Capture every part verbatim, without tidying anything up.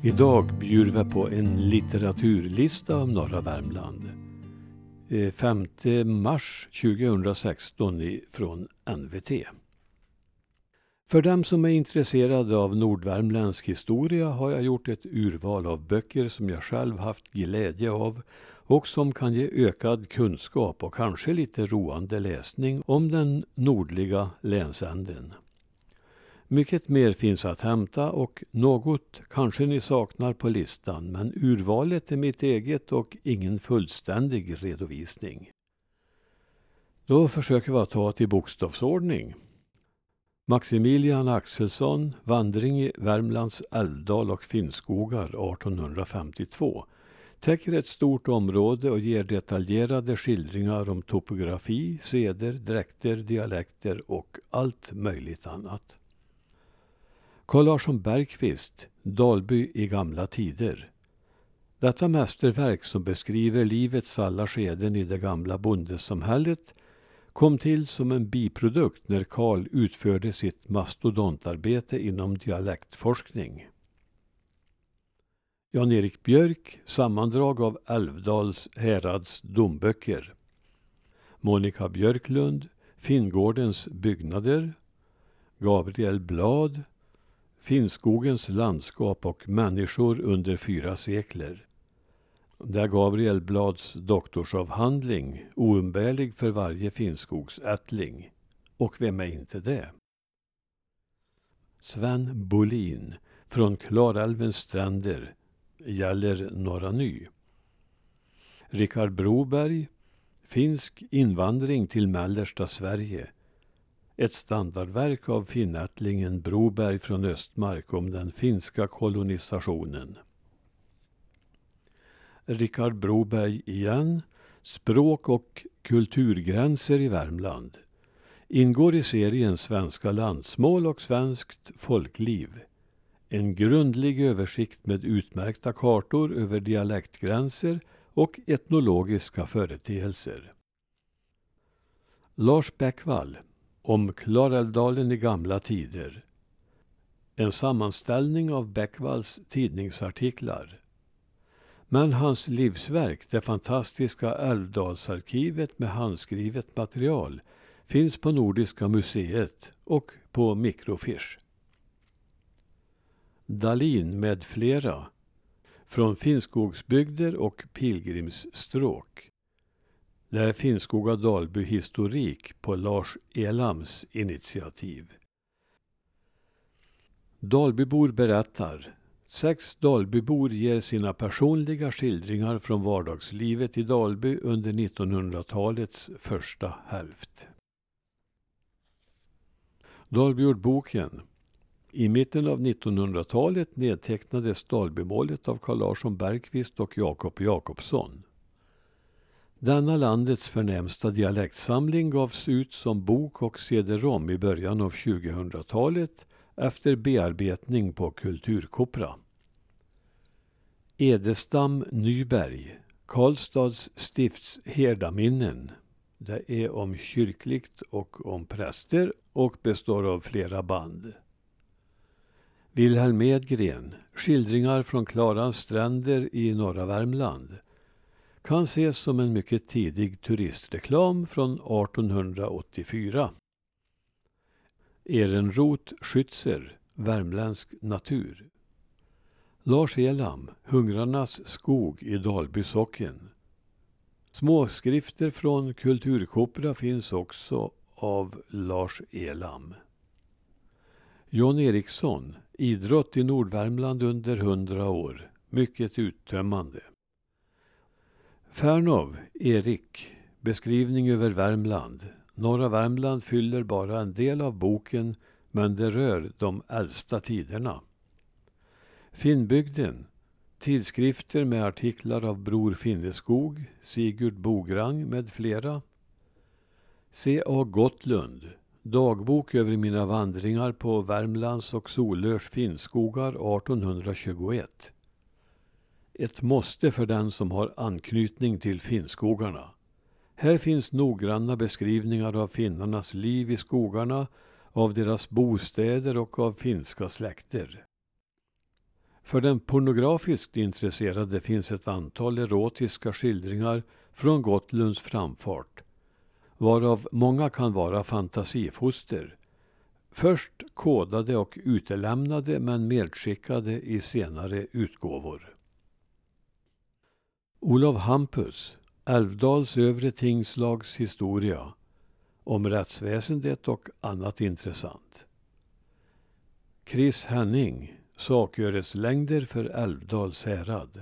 Idag bjuder vi på en litteraturlista om norra Värmland. femte mars tjugohundrasexton från N V T. För dem som är intresserade av nordvärmländsk historia har jag gjort ett urval av böcker som jag själv haft glädje av och som kan ge ökad kunskap och kanske lite roande läsning om den nordliga länsänden. Mycket mer finns att hämta och något kanske ni saknar på listan, men urvalet är mitt eget och ingen fullständig redovisning. Då försöker vi ta till bokstavsordning. Maximilian Axelsson, Vandring i Värmlands älvdal och Finnskogar artonhundrafemtiotvå, täcker ett stort område och ger detaljerade skildringar om topografi, seder, dräkter, dialekter och allt möjligt annat. Carl Larsson Bergqvist, Dalby i gamla tider. Detta mästerverk som beskriver livets alla skeden i det gamla bondesamhället kom till som en biprodukt när Carl utförde sitt mastodontarbete inom dialektforskning. Jan-Erik Björk, sammandrag av Älvdals härads domböcker. Monica Björklund, Finngårdens byggnader. Gabriel Blad, Finnskogens landskap och människor under fyra sekler. Där Gabriel Blads doktorsavhandling, oumbärlig för varje finnskogsättling. Och vem är inte det? Sven Bolin, från Klarälvens stränder, gäller Norra Ny. Richard Broberg, finsk invandring till mellersta Sverige. Ett standardverk av finnättlingen Broberg från Östmark om den finska kolonisationen. Richard Broberg igen, språk och kulturgränser i Värmland. Ingår i serien Svenska landsmål och svenskt folkliv. En grundlig översikt med utmärkta kartor över dialektgränser och etnologiska företeelser. Lars Bäckvall, om Klarälvdalen i gamla tider. En sammanställning av Bäckvalls tidningsartiklar. Men hans livsverk, det fantastiska Älvdalsarkivet med handskrivet material, finns på Nordiska museet och på Microfiche. Dalin med flera, från Finnskogsbygder och pilgrimsstråk. Det är Finnskoga Dalby historik på Lars Elams initiativ. Dalbybor berättar. Sex Dalbybor ger sina personliga skildringar från vardagslivet i Dalby under nittonhundratalets första hälft. Dalbyordboken. I mitten av nittonhundratalet nedtecknades Dalbymålet av Carl Larsson Bergqvist och Jakob Jakobsson. Denna landets förnämsta dialektsamling gavs ut som bok och cd-rom i början av tjugohundratalet efter bearbetning på Kulturkopra. Edestam Nyberg, Karlstads stifts herdaminnen. Det är om kyrkligt och om präster och består av flera band. Wilhelm Edgren, skildringar från Klarans stränder i norra Värmland. Kan ses som en mycket tidig turistreklam från artonhundraåttiofyra. Ehrenroth Schützer, värmländsk natur. Lars Elam, Hungrarnas skog i Dalby socken. Småskrifter från Kulturkopra finns också av Lars Elam. John Eriksson, idrott i Nordvärmland under hundra år. Mycket uttömmande. Färnov, Erik, beskrivning över Värmland. Norra Värmland fyller bara en del av boken, men det rör de äldsta tiderna. Finnbygden, tidskrifter med artiklar av Bror Finneskog, Sigurd Bograng med flera. C A Gottlund, dagbok över mina vandringar på Värmlands och Solörs Finnskogar artonhundratjugoett. Ett måste för den som har anknytning till Finnskogarna. Här finns noggranna beskrivningar av finnarnas liv i skogarna, av deras bostäder och av finska släkter. För den pornografiskt intresserade finns ett antal erotiska skildringar från Gottlunds framfart, varav många kan vara fantasifoster, först kodade och utelämnade men medskickade i senare utgåvor. Olof Hampus, Älvdals övre tingslags historia, om rättsväsendet och annat intressant. Chris Henning, sakgöreslängder för Älvdals härad.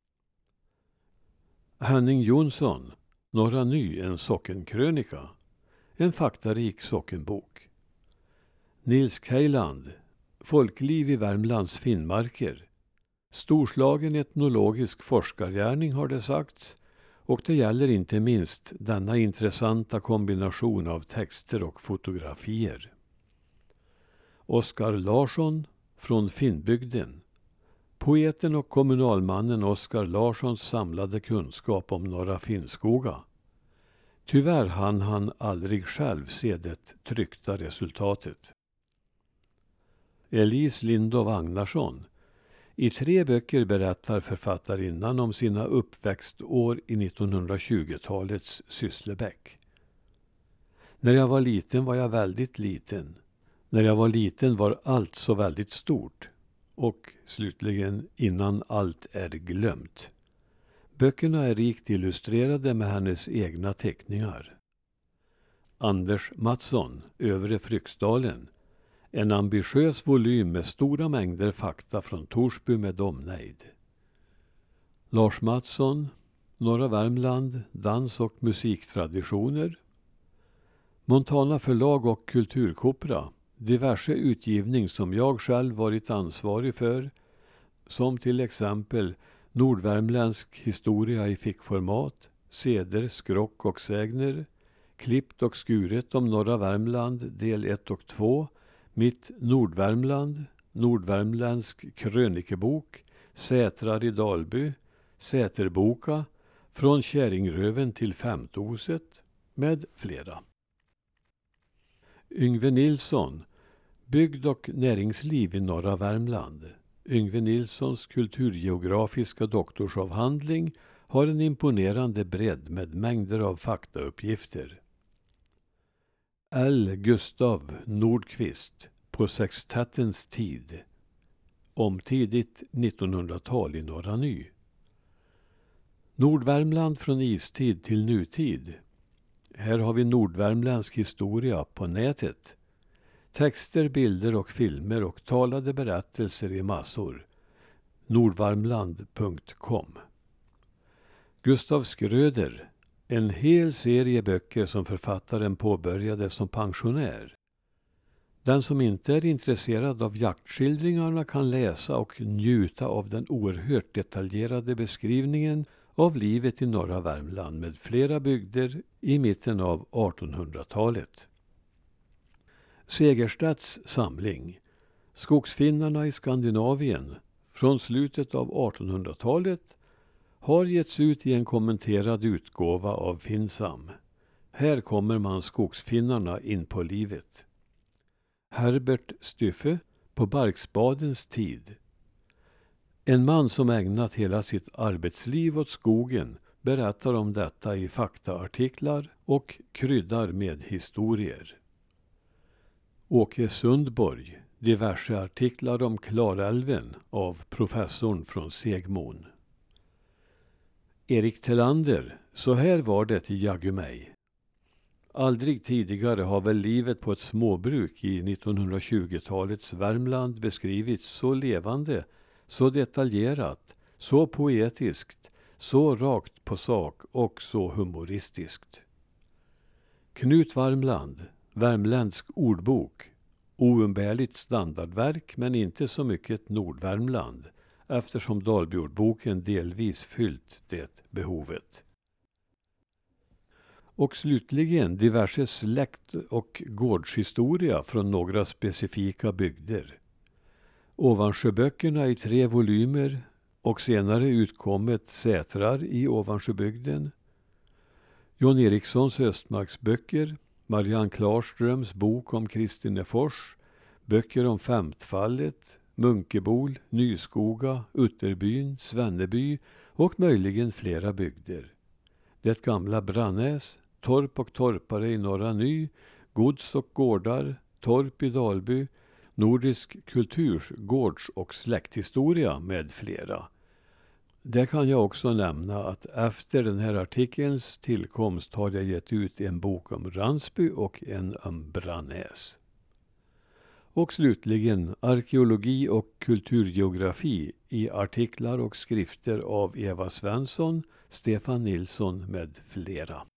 Henning Jonsson, Norra Ny, en sockenkrönika, en faktarik sockenbok. Nils Kejland, Folkliv i Värmlands Finnmarker. Storslagen etnologisk forskargärning har det sagts, och det gäller inte minst denna intressanta kombination av texter och fotografier. Oskar Larsson från Finnbygden. Poeten och kommunalmannen Oskar Larssons samlade kunskap om Norra Finnskoga. Tyvärr hann han aldrig själv se det tryckta resultatet. Elise Lindov Agnarsson. I tre böcker berättar författarinnan om sina uppväxtår i nittonhundratjugotalets Sysslebäck. När jag var liten var jag väldigt liten. När jag var liten var allt så väldigt stort. Och slutligen Innan allt är glömt. Böckerna är rikt illustrerade med hennes egna teckningar. Anders Mattsson, Övre Fryksdalen. En ambitiös volym med stora mängder fakta från Torsby med omnejd. Lars Mattsson, Norra Värmland, dans- och musiktraditioner. Montana förlag och Kulturkopra, diverse utgivning som jag själv varit ansvarig för, som till exempel Nordvärmländsk historia i fickformat, seder, skrock och sägner, klippt och skuret om Norra Värmland del ett och två, Mitt Nordvärmland, Nordvärmländsk krönikebok, Sätrar i Dalby, Säterboka, Från Käringröven till Femtoset, med flera. Yngve Nilsson, Bygd och näringsliv i Norra Värmland. Yngve Nilssons kulturgeografiska doktorsavhandling har en imponerande bredd med mängder av faktauppgifter. L. Gustav Nordqvist, På sextettens tid, om tidigt nittonhundratal i Norra Ny. Nordvärmland från istid till nutid. Här har vi nordvärmländsk historia på nätet. Texter, bilder och filmer och talade berättelser i massor. nordvarmland punkt com. Gustav Skröder. En hel serie böcker som författaren påbörjade som pensionär. Den som inte är intresserad av jaktskildringarna kan läsa och njuta av den oerhört detaljerade beskrivningen av livet i norra Värmland med flera bygder i mitten av artonhundratalet. Segerstedts samling, Skogsfinnarna i Skandinavien, från slutet av artonhundratalet, har getts ut i en kommenterad utgåva av Finsam. Här kommer man skogsfinnarna in på livet. Herbert Styffe, På barkspadens tid. En man som ägnat hela sitt arbetsliv åt skogen berättar om detta i faktaartiklar och kryddar med historier. Åke Sundborg, diverse artiklar om Klarälven av professorn från Segmon. Erik Tellander, Så här var det i Jagumej. Aldrig tidigare har väl livet på ett småbruk i nittonhundratjugotalets Värmland beskrivits så levande, så detaljerat, så poetiskt, så rakt på sak och så humoristiskt. Knut Värmland, Värmländsk ordbok, oumbärligt standardverk men inte så mycket Nordvärmland, eftersom Dalbyordboken delvis fyllt det behovet. Och slutligen diverse släkt- och gårdshistoria från några specifika bygder. Ovansjöböckerna i tre volymer och senare utkommet Sätrar i Ovansjöbygden. John Erikssons Östmarksböcker, Marianne Klarströms bok om Kristinefors, böcker om Femtfallet, Munkebol, Nyskoga, Utterbyn, Svenneby och möjligen flera bygder. Det gamla Brannäs, torp och torpare i Norra Ny, gods och gårdar, torp i Dalby, nordisk kulturs-, gårds- och släkthistoria med flera. Där kan jag också nämna att efter den här artikelns tillkomst har jag gett ut en bok om Ransby och en om Brannäs. Och slutligen arkeologi och kulturgeografi i artiklar och skrifter av Eva Svensson, Stefan Nilsson med flera.